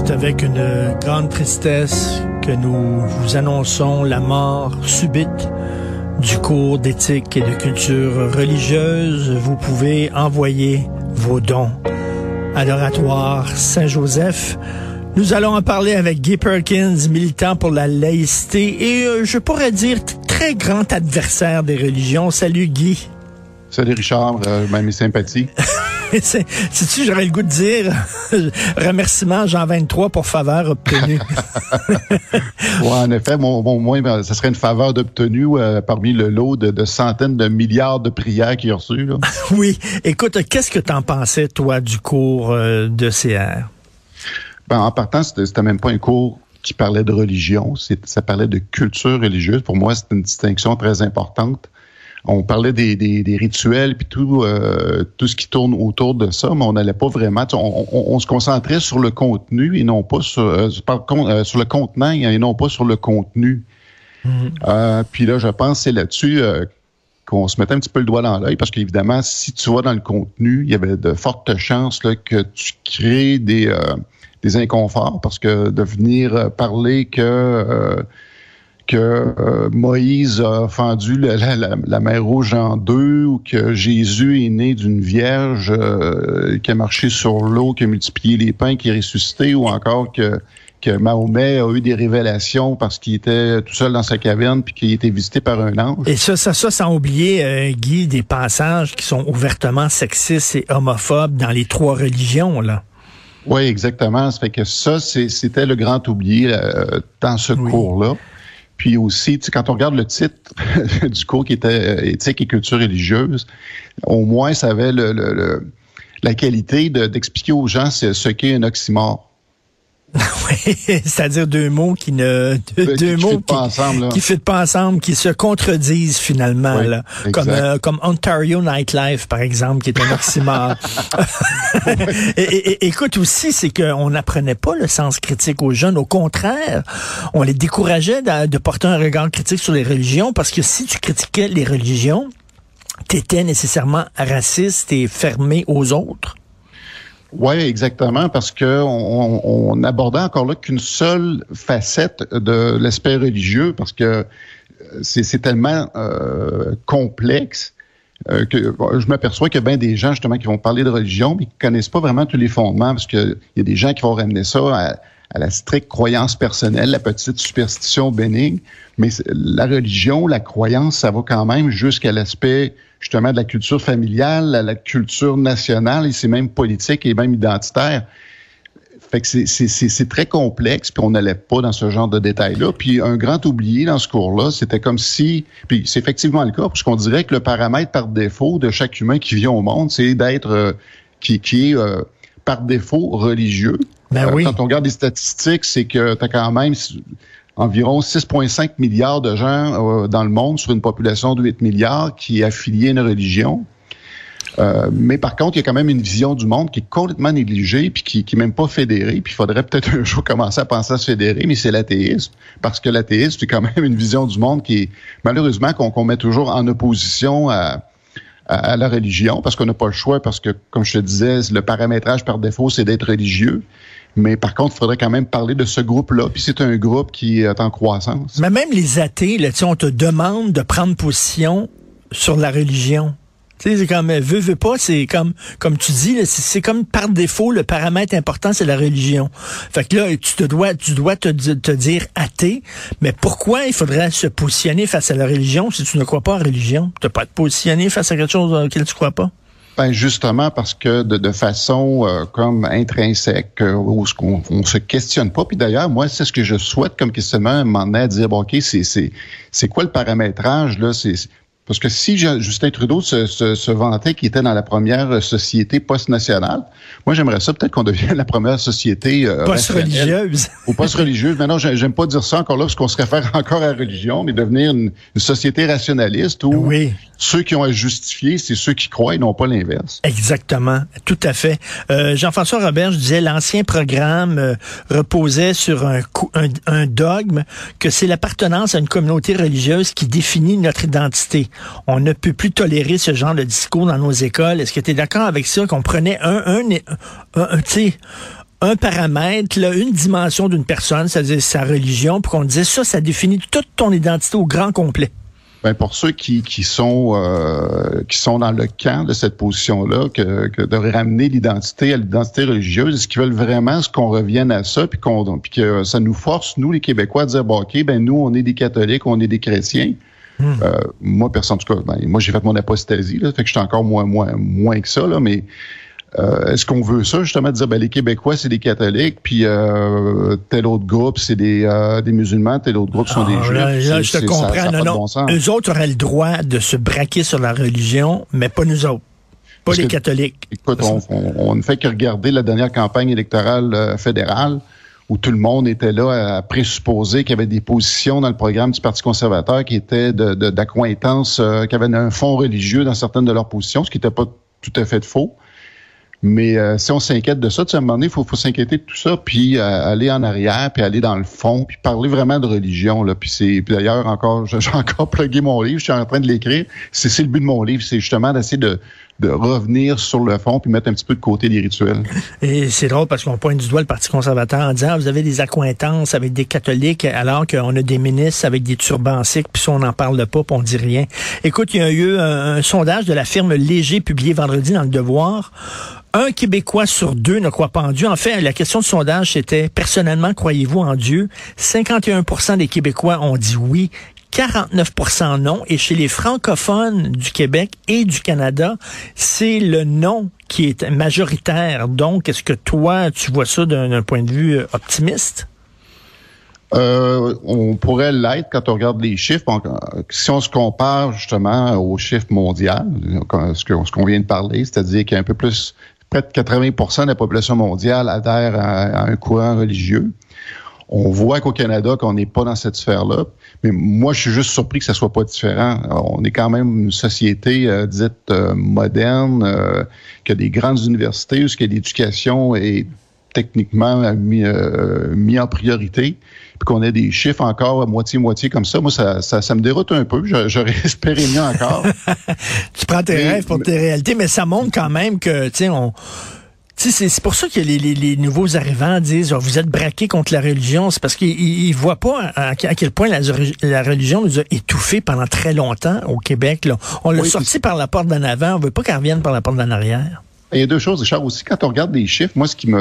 C'est avec une grande tristesse que nous vous annonçons la mort subite du cours d'éthique et de culture religieuse. Vous pouvez envoyer vos dons à l'Oratoire Saint-Joseph. Nous allons en parler avec Guy Perkins, militant pour la laïcité et, je pourrais dire, très grand adversaire des religions. Salut Guy. Salut Richard, mes sympathies. Sais-tu, j'aurais le goût de dire remerciement Jean 23 pour faveur obtenue. Oui, en effet, moi, ça serait une faveur d'obtenue parmi le lot de centaines de milliards de prières qu'il a reçues. Là. Oui. Écoute, qu'est-ce que t'en pensais, toi, du cours de CR? En partant, c'était même pas un cours qui parlait de religion, ça parlait de culture religieuse. Pour moi, c'est une distinction très importante. On parlait des rituels puis tout ce qui tourne autour de ça, mais on n'allait pas vraiment. On se concentrait sur le contenu et non pas sur le contenant et non pas sur le contenu. Mm-hmm. Puis là, je pense que c'est là-dessus qu'on se mettait un petit peu le doigt dans l'œil parce qu'évidemment, si tu vas dans le contenu, il y avait de fortes chances là, que tu crées des inconforts parce que de venir parler que Moïse a fendu la mer Rouge en deux, ou que Jésus est né d'une vierge qui a marché sur l'eau, qui a multiplié les pains, qui est ressuscité, ou encore que Mahomet a eu des révélations parce qu'il était tout seul dans sa caverne puis qu'il a été visité par un ange. Et ça sans oublier, Guy, des passages qui sont ouvertement sexistes et homophobes dans les trois religions, là. Oui, exactement. Ça fait que ça, c'était le grand oublié dans ce cours-là. Puis aussi, quand on regarde le titre du cours qui était éthique et culture religieuse, au moins ça avait la qualité d'expliquer aux gens ce qu'est un oxymore. Oui, c'est-à-dire deux mots qui fitent pas ensemble, qui se contredisent finalement, oui, là. Comme Ontario Nightlife, par exemple, qui est un oxymore. et écoute aussi, c'est qu'on n'apprenait pas le sens critique aux jeunes. Au contraire, on les décourageait de porter un regard critique sur les religions, parce que si tu critiquais les religions, t'étais nécessairement raciste et fermé aux autres. Oui, exactement, parce que on abordait encore là qu'une seule facette de l'aspect religieux, parce que c'est tellement complexe que je m'aperçois qu'il y a bien des gens justement qui vont parler de religion, mais qui connaissent pas vraiment tous les fondements, parce que il y a des gens qui vont ramener ça à la stricte croyance personnelle, la petite superstition bénigne, mais la religion, la croyance, ça va quand même jusqu'à l'aspect justement de la culture familiale, à la culture nationale, et c'est même politique et même identitaire. Fait que c'est très complexe, puis on n'allait pas dans ce genre de détails-là. Puis un grand oublié dans ce cours-là, c'était comme si, puis c'est effectivement le cas, parce qu'on dirait que le paramètre par défaut de chaque humain qui vient au monde, c'est d'être qui est par défaut religieux. Ben oui. Quand on regarde les statistiques, c'est que tu as quand même environ 6,5 milliards de gens dans le monde sur une population de 8 milliards qui est affiliée à une religion. Mais par contre, il y a quand même une vision du monde qui est complètement négligée puis qui est même pas fédérée. Puis il faudrait peut-être un jour commencer à penser à se fédérer, mais c'est l'athéisme. Parce que l'athéisme, c'est quand même une vision du monde qui est, malheureusement, qu'on met toujours en opposition à la religion, parce qu'on n'a pas le choix, parce que, comme je te disais, le paramétrage par défaut, c'est d'être religieux. Mais par contre, il faudrait quand même parler de ce groupe-là. Puis c'est un groupe qui est en croissance. Mais même les athées, là, on te demande de prendre position sur la religion. Tu sais, c'est comme, veux pas, c'est comme tu dis, là, c'est comme par défaut, le paramètre important, c'est la religion. Fait que là, tu dois te dire athée, mais pourquoi il faudrait se positionner face à la religion si tu ne crois pas en religion? Tu n'as pas à te positionner face à quelque chose auquel tu crois pas? Ben justement parce que de façon comme intrinsèque, où on se questionne pas. Puis d'ailleurs, moi, c'est ce que je souhaite comme questionnement, à un moment donné, à dire, bon, OK, c'est quoi le paramétrage, là? Parce que si Justin Trudeau se vantait qu'il était dans la première société post-nationale, moi, j'aimerais ça peut-être qu'on devienne la première société post-religieuse. Ou post-religieuse. Mais non, j'aime pas dire ça encore là, parce qu'on se réfère encore à la religion, mais devenir une société rationaliste où ceux qui ont à justifier, c'est ceux qui croient et non pas l'inverse. Exactement. Tout à fait. Jean-François Robert, je disais, l'ancien programme reposait sur un dogme que c'est l'appartenance à une communauté religieuse qui définit notre identité. On ne peut plus tolérer ce genre de discours dans nos écoles. Est-ce que tu es d'accord avec ça, qu'on prenait un paramètre, là, une dimension d'une personne, c'est-à-dire sa religion, puis qu'on disait ça définit toute ton identité au grand complet. Ben pour ceux qui sont dans le camp de cette position-là, que de ramener l'identité à l'identité religieuse, est-ce qu'ils veulent vraiment qu'on revienne à ça, puis que ça nous force, nous les Québécois, à dire bon, ok, ben nous on est des catholiques, on est des chrétiens. Moi, personne, en tout cas, moi j'ai fait mon apostasie, là, fait que j'étais encore moins que ça, là, mais est-ce qu'on veut ça, justement, de dire, ben, les Québécois, c'est des catholiques, puis tel autre groupe, c'est des musulmans, tel autre groupe sont des juifs. Là, je te comprends. Ça non. Bon sens. Eux autres auraient le droit de se braquer sur la religion, mais pas nous autres. Pas les catholiques. Écoute, on ne fait que regarder la dernière campagne électorale fédérale, où tout le monde était là à présupposer qu'il y avait des positions dans le programme du Parti conservateur qui étaient d'accointance, qui avaient un fond religieux dans certaines de leurs positions, ce qui n'était pas tout à fait faux. Mais si on s'inquiète de ça, à un moment donné, il faut s'inquiéter de tout ça, puis aller en arrière, puis aller dans le fond, puis parler vraiment de religion. Là. Puis d'ailleurs, j'ai encore plugué mon livre, je suis en train de l'écrire. C'est le but de mon livre, c'est justement d'essayer de revenir sur le fond, puis mettre un petit peu de côté les rituels. Et c'est drôle parce qu'on pointe du doigt le Parti conservateur en disant, vous avez des accointances avec des catholiques, alors qu'on a des ministres avec des turbans sikhs, puis ça, on n'en parle pas, puis on dit rien. Écoute, il y a eu un sondage de la firme Léger publié vendredi dans Le Devoir. Un Québécois sur deux ne croit pas en Dieu. En fait, la question de sondage, c'était, personnellement, croyez-vous en Dieu? 51% des Québécois ont dit oui, 49% non. Et chez les francophones du Québec et du Canada, c'est le non qui est majoritaire. Donc, est-ce que toi, tu vois ça d'un point de vue optimiste? On pourrait l'être quand on regarde les chiffres. Si on se compare justement aux chiffres mondiaux, ce qu'on vient de parler, c'est-à-dire qu'il y a un peu plus, près de 80% de la population mondiale adhère à un courant religieux. On voit qu'au Canada, qu'on n'est pas dans cette sphère-là. Mais moi, je suis juste surpris que ça soit pas différent. On est quand même une société dite moderne, qui a des grandes universités, où l'éducation est techniquement mis en priorité, puis qu'on ait des chiffres encore à moitié-moitié comme ça, moi, ça me déroute un peu. J'aurais espéré mieux encore. Tu prends tes rêves pour tes réalités, mais ça montre quand même que, tu sais, c'est pour ça que les nouveaux arrivants disent vous êtes braqués contre la religion. C'est parce qu'ils voient pas à quel point la religion nous a étouffés pendant très longtemps au Québec. Là. On l'a sorti par la porte d'en avant, on veut pas qu'elle revienne par la porte d'en arrière. Il y a deux choses, Richard, aussi. Quand on regarde les chiffres, moi, ce qui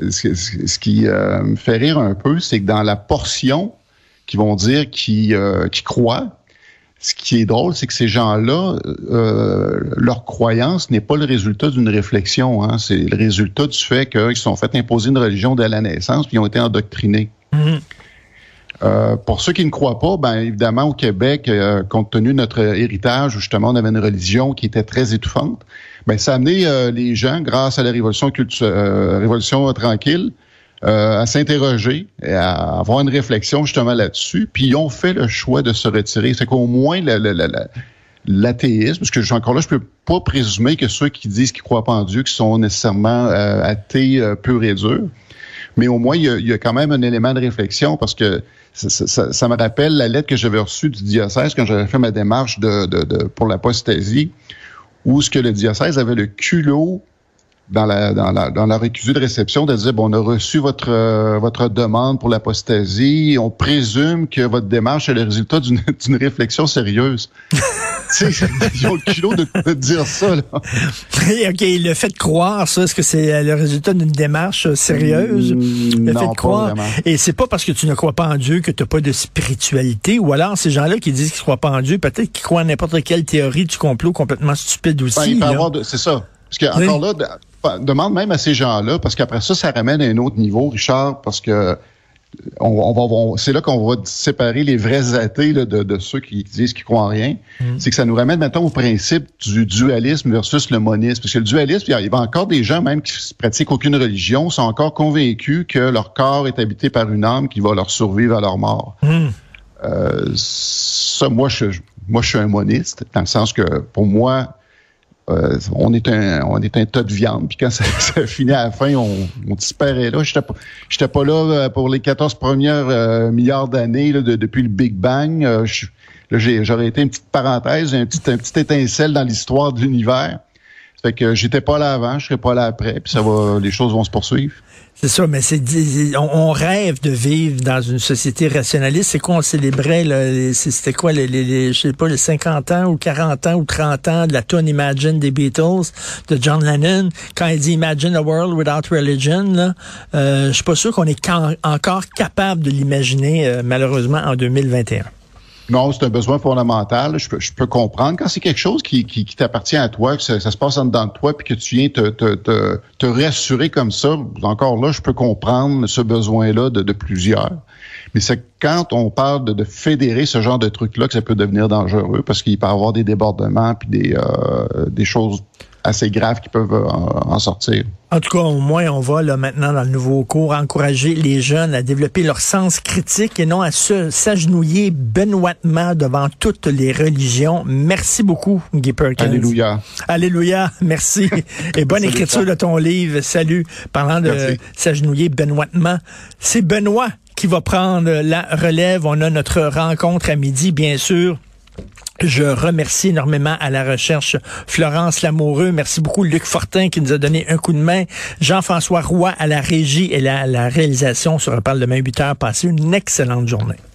me fait rire un peu, c'est que dans la portion qui vont dire qui croient, ce qui est drôle, c'est que ces gens-là, leur croyance n'est pas le résultat d'une réflexion. Hein. C'est le résultat du fait qu'ils se sont fait imposer une religion dès la naissance, puis ils ont été endoctrinés. Pour ceux qui ne croient pas, ben évidemment, au Québec, compte tenu de notre héritage, où justement on avait une religion qui était très étouffante, ben ça a amené les gens, grâce à la révolution tranquille, à s'interroger et à avoir une réflexion justement là-dessus. Puis ils ont fait le choix de se retirer. C'est qu'au moins l'athéisme, parce que encore là, je peux pas présumer que ceux qui disent qu'ils croient pas en Dieu, qui sont nécessairement athées purs et durs. Mais au moins, il y a quand même un élément de réflexion, parce que ça me rappelle la lettre que j'avais reçue du diocèse quand j'avais fait ma démarche pour l'apostasie, où ce que le diocèse avait le culot dans la récusée de réception de dire, bon, on a reçu votre demande pour l'apostasie, on présume que votre démarche est le résultat d'une réflexion sérieuse. Ils ont le culot de dire ça, là. OK, le fait de croire, ça, est-ce que c'est le résultat d'une démarche sérieuse? Le fait de croire. Et c'est pas parce que tu ne crois pas en Dieu que tu n'as pas de spiritualité, ou alors ces gens-là qui disent qu'ils ne croient pas en Dieu, peut-être qu'ils croient à n'importe quelle théorie du complot complètement stupide aussi. C'est ça. Parce que, encore là, demande même à ces gens-là, parce qu'après ça ramène à un autre niveau, Richard, parce que c'est là qu'on va séparer les vrais athées là, de ceux qui disent qu'ils croient en rien. C'est que ça nous ramène maintenant au principe du dualisme versus le monisme. Parce que le dualisme, il y a encore des gens même qui pratiquent aucune religion, sont encore convaincus que leur corps est habité par une âme qui va leur survivre à leur mort. Ça, moi, je suis un moniste, dans le sens que, pour moi, on est un tas de viande, puis quand ça finit à la fin, on disparaît là. J'étais pas là pour les 14 premières milliards d'années là, depuis le Big Bang. J'aurais été une petite parenthèse, un petit étincelle dans l'histoire de l'univers. Ça fait que j'étais pas là avant, je serai pas là après, puis les choses vont se poursuivre. C'est ça, mais on rêve de vivre dans une société rationaliste. C'est quoi, on célébrait, là, c'était quoi, je sais pas, les 50 ans ou 40 ans ou 30 ans de la tune Imagine des Beatles, de John Lennon, quand il dit Imagine a world without religion, là, je suis pas sûr qu'on est encore capable de l'imaginer, malheureusement, en 2021. Non, c'est un besoin fondamental. Je peux comprendre. Quand c'est quelque chose qui t'appartient à toi, que ça se passe en dedans de toi, puis que tu viens te rassurer comme ça, encore là, je peux comprendre ce besoin-là de plusieurs. Mais c'est quand on parle de fédérer ce genre de trucs-là que ça peut devenir dangereux, parce qu'il peut y avoir des débordements puis des choses assez graves qui peuvent en sortir. En tout cas, au moins, on va là maintenant dans le nouveau cours encourager les jeunes à développer leur sens critique et non à s'agenouiller benoîtement devant toutes les religions. Merci beaucoup, Guy Perkins. Alléluia. Alléluia, merci. Et bonne écriture de ton livre. Salut. Parlant de s'agenouiller benoîtement, c'est Benoît qui va prendre la relève. On a notre rencontre à midi, bien sûr. Je remercie énormément à la recherche Florence Lamoureux. Merci beaucoup Luc Fortin qui nous a donné un coup de main. Jean-François Roy à la régie et la réalisation. On se reparle demain 8h. Passez une excellente journée.